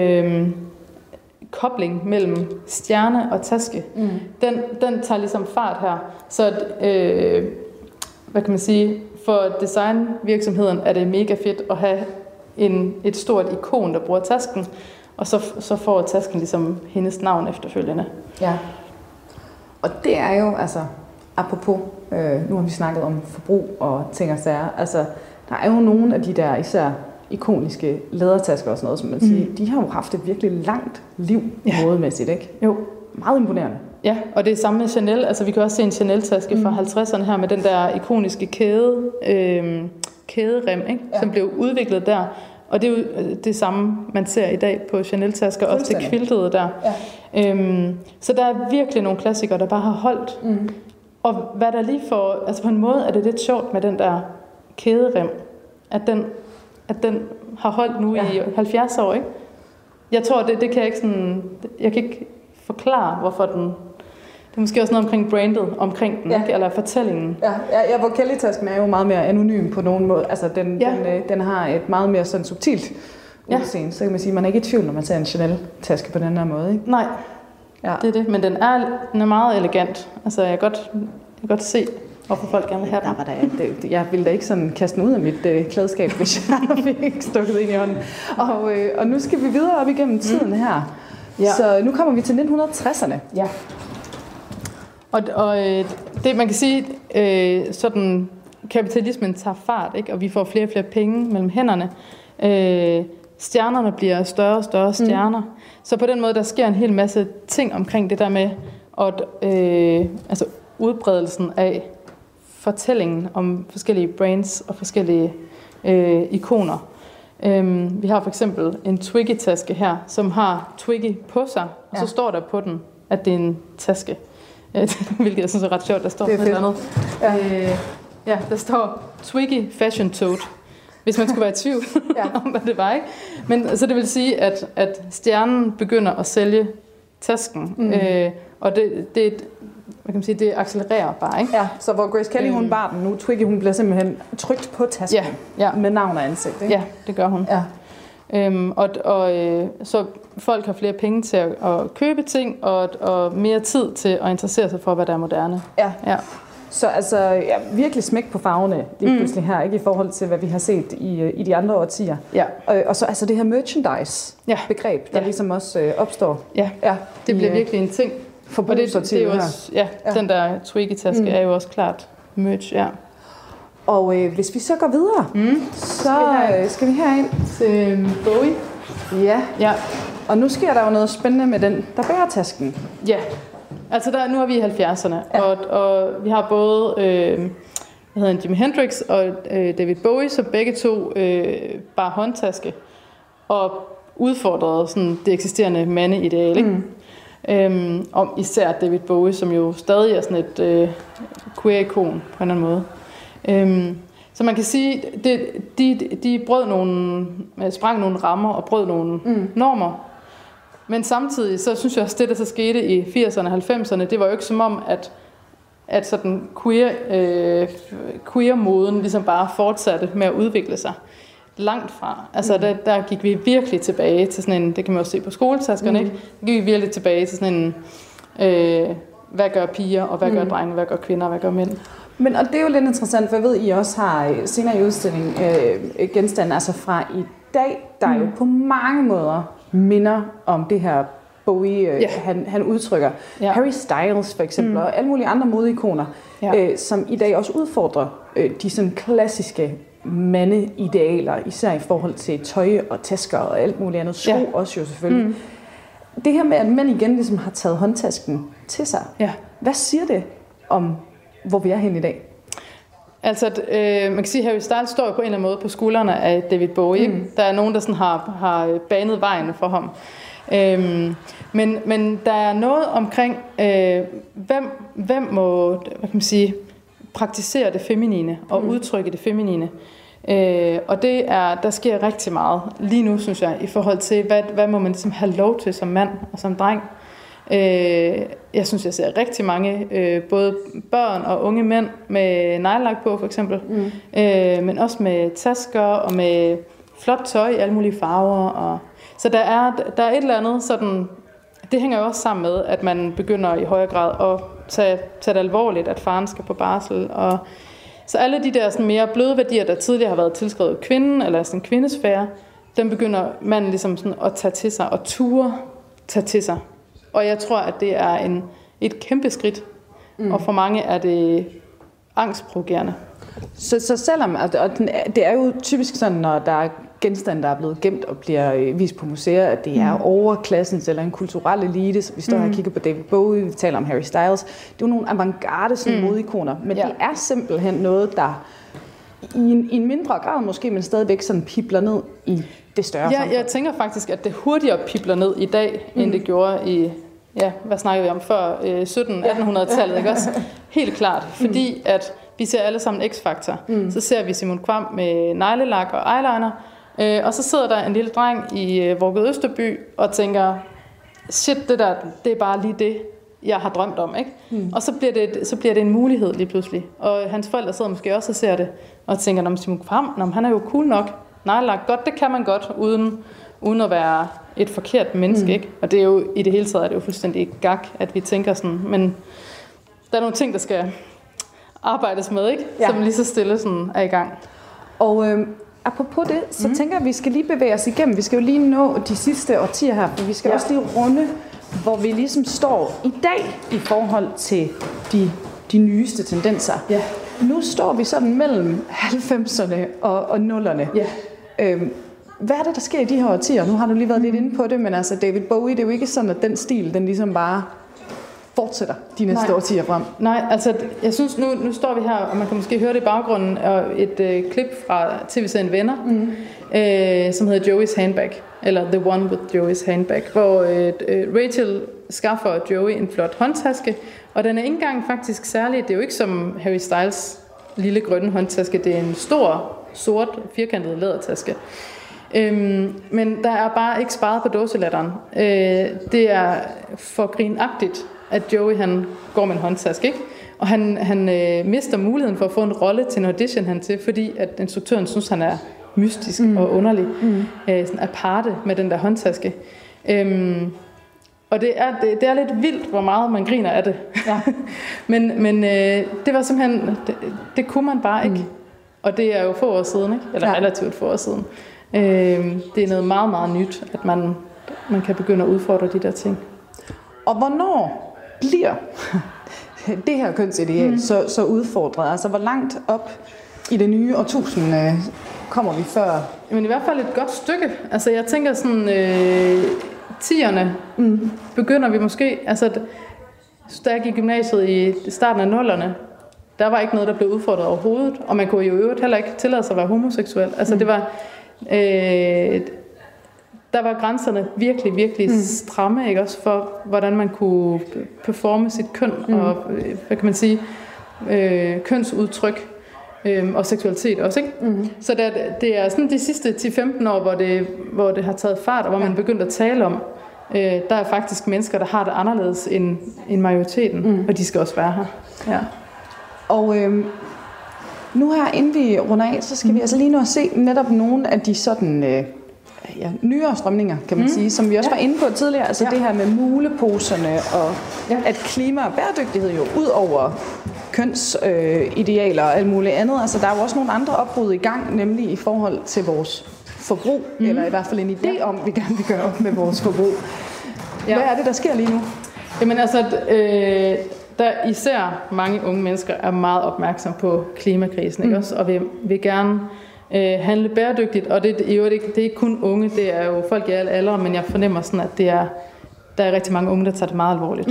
kobling mellem stjerne og taske, den tager ligesom fart her. Så hvad kan man sige, for designvirksomheden er det mega fedt at have et stort ikon, der bruger tasken, og så får tasken ligesom hendes navn efterfølgende. Ja. Og det er jo, altså, apropos, nu har vi snakket om forbrug og ting og sager, altså, der er jo nogle af de der især ikoniske lædertasker og sådan noget, som man siger, de har jo haft et virkelig langt liv modemæssigt, ikke? Jo. Meget imponerende. Ja, og det er samme med Chanel. Altså, vi kan også se en Chanel-taske fra 50'erne her med den der ikoniske kæderem, ikke? Som blev udviklet der. Og det er jo det samme, man ser i dag på Chanel-tasker, også til quiltede der. Ja. Så der er virkelig nogle klassikere, der bare har holdt. Og hvad der lige får, altså på en måde er det lidt sjovt med den der kæderem, at den har holdt nu i 70 år, ikke? Jeg tror, det kan jeg ikke sådan, jeg kan ikke forklare, hvorfor den. Det er måske også noget omkring brandet, omkring den, ikke? Eller fortællingen. Ja, hvor Kelly-tasken er jo meget mere anonym på nogen måde. Altså, den har et meget mere sådan subtilt udseende. Så kan man sige, at man er ikke i tvivl, når man ser en Chanel-taske på den her måde, ikke? Nej, det er det. Men den er meget elegant. Altså, jeg kan godt se, hvorfor folk gerne vil have den. Jeg ville da ikke sådan kaste den ud af mit klædeskab, hvis jeg fik stukket ind i hånden. Og nu skal vi videre op igennem tiden her. Ja. Så nu kommer vi til 1960'erne. Ja. Og det, man kan sige, sådan kapitalismen tager fart, ikke? Og vi får flere og flere penge mellem hænderne. Stjernerne bliver større og større stjerner. Så på den måde, der sker en hel masse ting omkring det der med altså udbredelsen af fortællingen om forskellige brands og forskellige ikoner. Vi har for eksempel en Twiggy-taske her, som har Twiggy på sig, og så står der på den, at det er en taske. Hvilket jeg synes er ret sjovt, der står noget andet. Ja, der står Twiggy Fashion Tote, hvis man skulle være i tvivl om, hvad det var, ikke? Men så det vil sige, at stjernen begynder at sælge tasken, og det hvad kan man sige, det accelererer bare, ikke? Ja, så hvor Grace Kelly, hun bar den nu, Twiggy, hun bliver simpelthen trykt på tasken med navn og ansigt, ikke? Ja, det gør hun. Ja. Så folk har flere penge til at købe ting, og mere tid til at interessere sig for, hvad der er moderne. Ja. Så altså, virkelig smæk på farverne lige pludselig her, ikke? I forhold til, hvad vi har set i de andre årtier. Ja. Og så altså det her merchandise-begreb, der ligesom også opstår. Ja, det bliver virkelig en ting. Og det er jo også, den der Twiggy-taske er jo også klart merch, Og hvis vi så går videre, så skal vi herind til Bowie. Ja. Og nu sker der jo noget spændende med den, der bærer tasken. Ja, altså nu er vi i 70'erne, og vi har både Jimi Hendrix og David Bowie, så begge to bar håndtaske og udfordrede sådan det eksisterende mandeideal. Og især David Bowie, som jo stadig er sådan et queer-ikon på en eller anden måde. Så man kan sige, de sprang nogle rammer og brød nogle normer. Men samtidig, så synes jeg også, det der så skete i 80'erne og 90'erne, det var jo ikke som om, at sådan queer-moden ligesom bare fortsatte med at udvikle sig. Langt fra. Altså der gik vi virkelig tilbage til sådan en, det kan man også se på skoletaskerne, ikke? Der gik vi virkelig tilbage til sådan en, hvad gør piger, og hvad gør drenge, hvad gør kvinder, hvad gør mænd. Men og det er jo lidt interessant, for jeg ved, I også har senere i udstillingen genstande, altså fra i dag, der jo på mange måder minder om det her Bowie, han udtrykker. Harry Styles for eksempel, og alle mulige andre modeikoner, som i dag også udfordrer de sådan klassiske mandeidealer, især i forhold til tøj og tasker og alt muligt andet. Sko også jo selvfølgelig. Det her med, at mænd igen ligesom har taget håndtasken til sig. Hvad siger det om, hvor vi er hen i dag? Altså, man kan sige, at Harry Styles står på en eller anden måde på skuldrene af David Bowie. Der er nogen, der sådan har banet vejen for ham. Men der er noget omkring, hvem må, hvad kan man sige, praktisere det feminine og udtrykke det feminine. Og der sker rigtig meget lige nu, synes jeg, i forhold til, hvad må man ligesom have lov til som mand og som dreng. Jeg synes, jeg ser rigtig mange, både børn og unge mænd med neglelak på, for eksempel, men også med tasker og med flot tøj i alle mulige farver. Så der er et eller andet sådan, det hænger jo også sammen med, at man begynder i højere grad at tage det alvorligt, at faren skal på barsel. Og så alle de der sådan mere bløde værdier, der tidligere har været tilskrevet kvinden, eller sådan kvindesfære, dem begynder man ligesom sådan at tage til sig, og tage til sig. Og jeg tror, at det er et kæmpe skridt, og for mange er det angstprovokerende. Så selvom, og det er jo typisk sådan, når der er genstande, der er blevet gemt og bliver vist på museer, at det er overklassens eller en kulturel elite. Så vi står her og kigger på David Bowie, vi taler om Harry Styles. Det er jo nogle avantgarde sådan modeikoner, men det er simpelthen noget, der i en mindre grad måske, men stadigvæk sådan pibler ned i det større samfund. Jeg tænker faktisk, at det hurtigere pibler ned i dag, end det gjorde i, hvad snakker vi om, før 1700-1800-tallet, ikke også? Helt klart, fordi at vi ser alle sammen X-Factor. Så ser vi Simon Kvam med neglelak og eyeliner, og så sidder der en lille dreng i Vorgod Østerby og tænker, shit, det der, det er bare lige det, jeg har drømt om, ikke? Og så bliver det en mulighed lige pludselig. Og hans forældre sidder måske også og ser det, og tænker, Simon Kvam, han er jo cool nok. Neglelak, godt, det kan man godt, uden at være et forkert menneske, ikke? Og det er jo, i det hele taget er det jo fuldstændig gak, at vi tænker sådan, men der er nogle ting, der skal arbejdes med, ikke? Som lige så stille sådan er i gang. Og apropos det, så tænker jeg, at vi skal lige bevæge os igennem. Vi skal jo lige nå de sidste årtier her, for vi skal også lige runde, hvor vi ligesom står i dag i forhold til de nyeste tendenser. Nu står vi sådan mellem 90'erne og 0'erne. Hvad er det, der sker i de her årtier? Nu har du lige været lidt inde på det, men altså David Bowie, det er jo ikke sådan, at den stil, den ligesom bare fortsætter de næste årtier frem. Nej, altså jeg synes, nu står vi her, og man kan måske høre det i baggrunden, og et klip fra tv-serien Venner, som hedder Joey's Handbag, eller The One with Joey's Handbag, hvor Rachel skaffer Joey en flot håndtaske, og den er ikke engang faktisk særlig, det er jo ikke som Harry Styles lille grønne håndtaske, det er en stor, sort, firkantet lædertaske. Men der er bare ikke sparet på dåselatteren. Det er for grinagtigt, at Joey han går med en håndtaske, ikke? Og han mister muligheden for at få en rolle til en audition han til, fordi at instruktøren synes, han er mystisk og underlig. Sådan aparte med den der håndtaske. Og det er lidt vildt, hvor meget man griner af det. men det var simpelthen, det kunne man bare ikke. Og det er jo få år siden, ikke? Eller relativt få år siden. Det er noget meget, meget nyt, at man kan begynde at udfordre de der ting. Og hvornår bliver det her kønsideal så udfordret? Altså hvor langt op i det nye årtusinde kommer vi før? Men i hvert fald et godt stykke. Altså jeg tænker sådan, 10'erne begynder vi måske, altså da jeg gik i gymnasiet i starten af 0'erne, der var ikke noget, der blev udfordret overhovedet, og man kunne jo i øvrigt heller ikke tillade sig at være homoseksuel. Altså det var, der var grænserne virkelig, virkelig stramme, ikke også, for hvordan man kunne performe sit køn, og hvad kan man sige, kønsudtryk, og seksualitet også, ikke? Så det er sådan de sidste 10-15 år, hvor det har taget fart, og hvor man begyndte at tale om, der er faktisk mennesker, der har det anderledes end majoriteten, og de skal også være her. Ja. Og nu her, inden vi runder af, så skal vi altså lige nu se netop nogle af de sådan nyere strømninger, kan man sige, som vi også var inde på tidligere. Altså det her med muleposerne, og at klima og bæredygtighed jo ud over kønsidealer og alt muligt andet. Altså der er jo også nogle andre opbrud i gang, nemlig i forhold til vores forbrug, eller i hvert fald en idé om, vi gerne vil gøre op med vores forbrug. Hvad er det, der sker lige nu? Jamen altså, der især mange unge mennesker er meget opmærksom på klimakrisen, ikke også? Og vil gerne handle bæredygtigt, og det er ikke kun unge, det er jo folk i alle aldre, men jeg fornemmer sådan, at der er rigtig mange unge, der tager det meget alvorligt.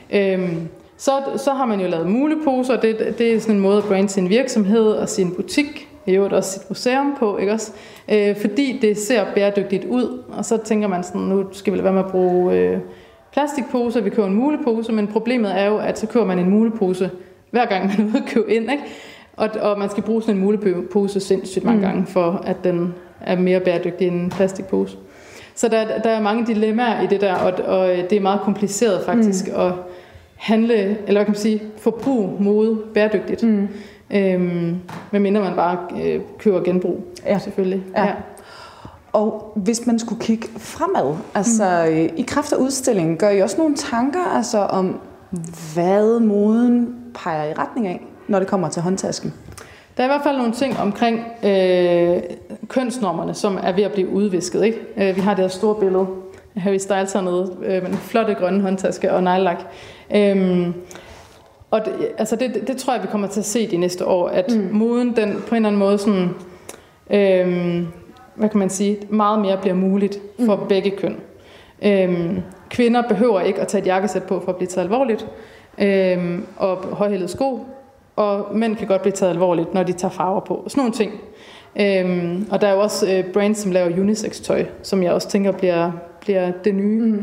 Så har man jo lavet muleposer, det er sådan en måde at brande sin virksomhed og sin butik, i øvrigt også sit museum på, ikke også? Fordi det ser bæredygtigt ud, og så tænker man sådan, nu skal vi lade være med at bruge plastikposer, vi køber en mulepose, men problemet er jo, at så køber man en mulepose, hver gang man er ude at købe ind, ikke? Og man skal bruge sådan en mulepose sindssygt mange gange, for at den er mere bæredygtig end en plastikpose. Så der er mange dilemmaer i det der, og det er meget kompliceret faktisk at handle, eller hvad kan man sige, forbrug mode bæredygtigt. Medmindre man bare køber genbrug, selvfølgelig. Ja. Og hvis man skulle kigge fremad, altså i kraft af udstillingen, gør I også nogle tanker altså om, hvad moden peger i retning af, når det kommer til håndtasken? Der er i hvert fald nogle ting omkring kønsnormerne, som er ved at blive udvisket, ikke? Vi har det her store billede af Harry Styles hernede, med en flotte grønne håndtaske og neglelak. Og det tror jeg, vi kommer til at se de næste år, at moden, den på en eller anden måde sådan, hvad kan man sige, meget mere bliver muligt for begge køn. Kvinder behøver ikke at tage et jakkesæt på for at blive taget alvorligt, og højhælede sko, og mænd kan godt blive taget alvorligt, når de tager farver på. Sådan nogle ting. Og der er jo også brands, som laver unisex-tøj, som jeg også tænker bliver det nye.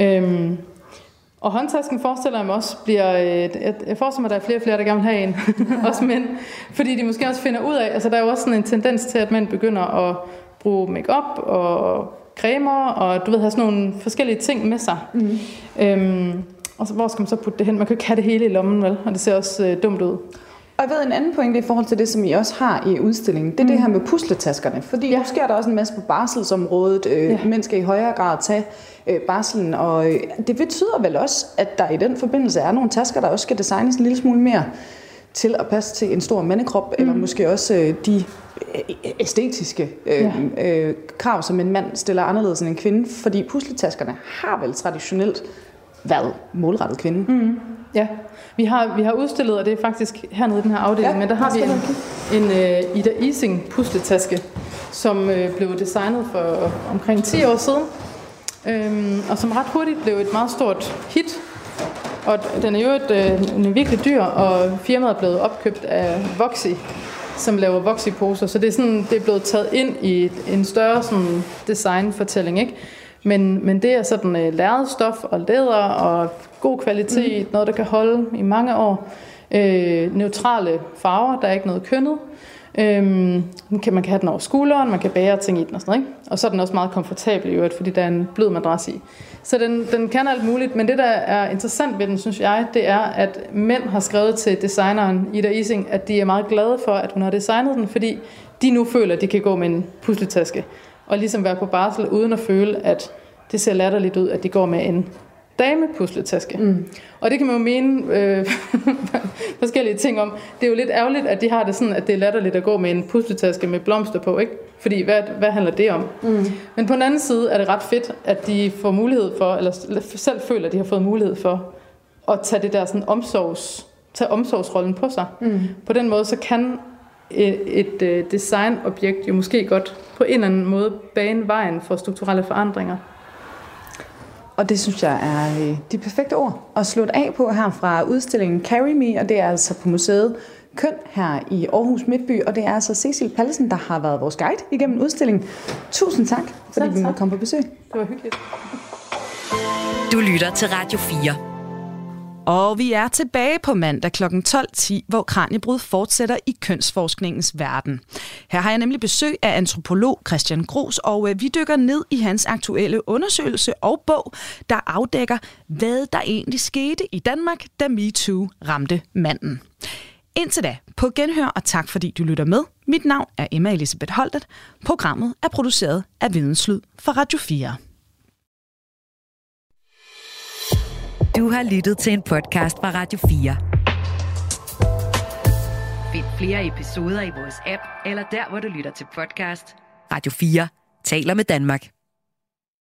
Og håndtasken forestiller jeg mig også bliver... Jeg forestiller mig, at der er flere og flere, der gerne vil have en. Også mænd. Fordi de måske også finder ud af... Altså der er jo også sådan en tendens til, at mænd begynder at bruge make-up og cremer, og du ved, have sådan nogle forskellige ting med sig. Og så, hvor skal man så putte det hen? Man kan jo ikke have det hele i lommen, vel? Og det ser også dumt ud. Og jeg ved en anden pointe i forhold til det, som I også har i udstillingen, det er det her med pusletaskerne. Fordi nu sker der også en masse på barselsområdet. Mænd skal i højere grad tage barselen, og det betyder vel også, at der i den forbindelse er nogle tasker, der også skal designes en lille smule mere til at passe til en stor mandekrop, eller måske også de æstetiske krav, som en mand stiller anderledes end en kvinde. Fordi pusletaskerne har vel traditionelt været målrettet kvinde. Ja, vi har udstillet, og det er faktisk hernede i den her afdeling, men der har vi en Ida Ising pusletaske, som blev designet for omkring 10 år siden, og som ret hurtigt blev et meget stort hit. Og den er jo en virkelig dyr, og firmaet er blevet opkøbt af Voxy, som laver Voxy-poser, så det er blevet taget ind i en større sådan designfortælling, ikke? Men det er sådan lærredstof og læder og god kvalitet, noget der kan holde i mange år. Neutrale farver, der er ikke noget kønnet. Man kan have den over skulderen, man kan bære ting i den og sådan noget, ikke? Og så er den også meget komfortabel i øvrigt, fordi der er en blød madras i. Så den kan alt muligt, men det der er interessant ved den, synes jeg, det er, at mænd har skrevet til designeren Ida Ising, at de er meget glade for, at hun har designet den, fordi de nu føler, at de kan gå med en pusletaske og ligesom være på barsel, uden at føle, at det ser latterligt ud, at de går med en damepusletaske. Og det kan man jo mene forskellige ting om. Det er jo lidt ærgerligt, at de har det sådan, at det er latterligt at gå med en pusletaske med blomster på, ikke? Fordi hvad handler det om? Men på den anden side er det ret fedt, at de får mulighed for, eller selv føler, at de har fået mulighed for, at tage det der sådan tage omsorgsrollen på sig. På den måde, så kan et designobjekt jo måske godt på en eller anden måde bane vejen for strukturelle forandringer. Og det synes jeg er de perfekte ord at slutte af på her fra udstillingen Carry Me, og det er altså på museet Køn her i Aarhus Midtby, og det er altså Cecil Pallesen, der har været vores guide igennem udstillingen. Tusind tak, fordi vi måtte komme på besøg. Det var hyggeligt. Du lytter til Radio 4. Og vi er tilbage på mandag kl. 12.10, hvor Kraniebrud fortsætter i kønsforskningens verden. Her har jeg nemlig besøg af antropolog Christian Gros, og vi dykker ned i hans aktuelle undersøgelse og bog, der afdækker, hvad der egentlig skete i Danmark, da MeToo ramte manden. Indtil da, på genhør, og tak fordi du lytter med. Mit navn er Emma Elisabeth Holtet. Programmet er produceret af Videnslyd for Radio 4. Du har lyttet til en podcast fra Radio 4. Find flere episoder i vores app, eller der, hvor du lytter til podcast. Radio 4 taler med Danmark.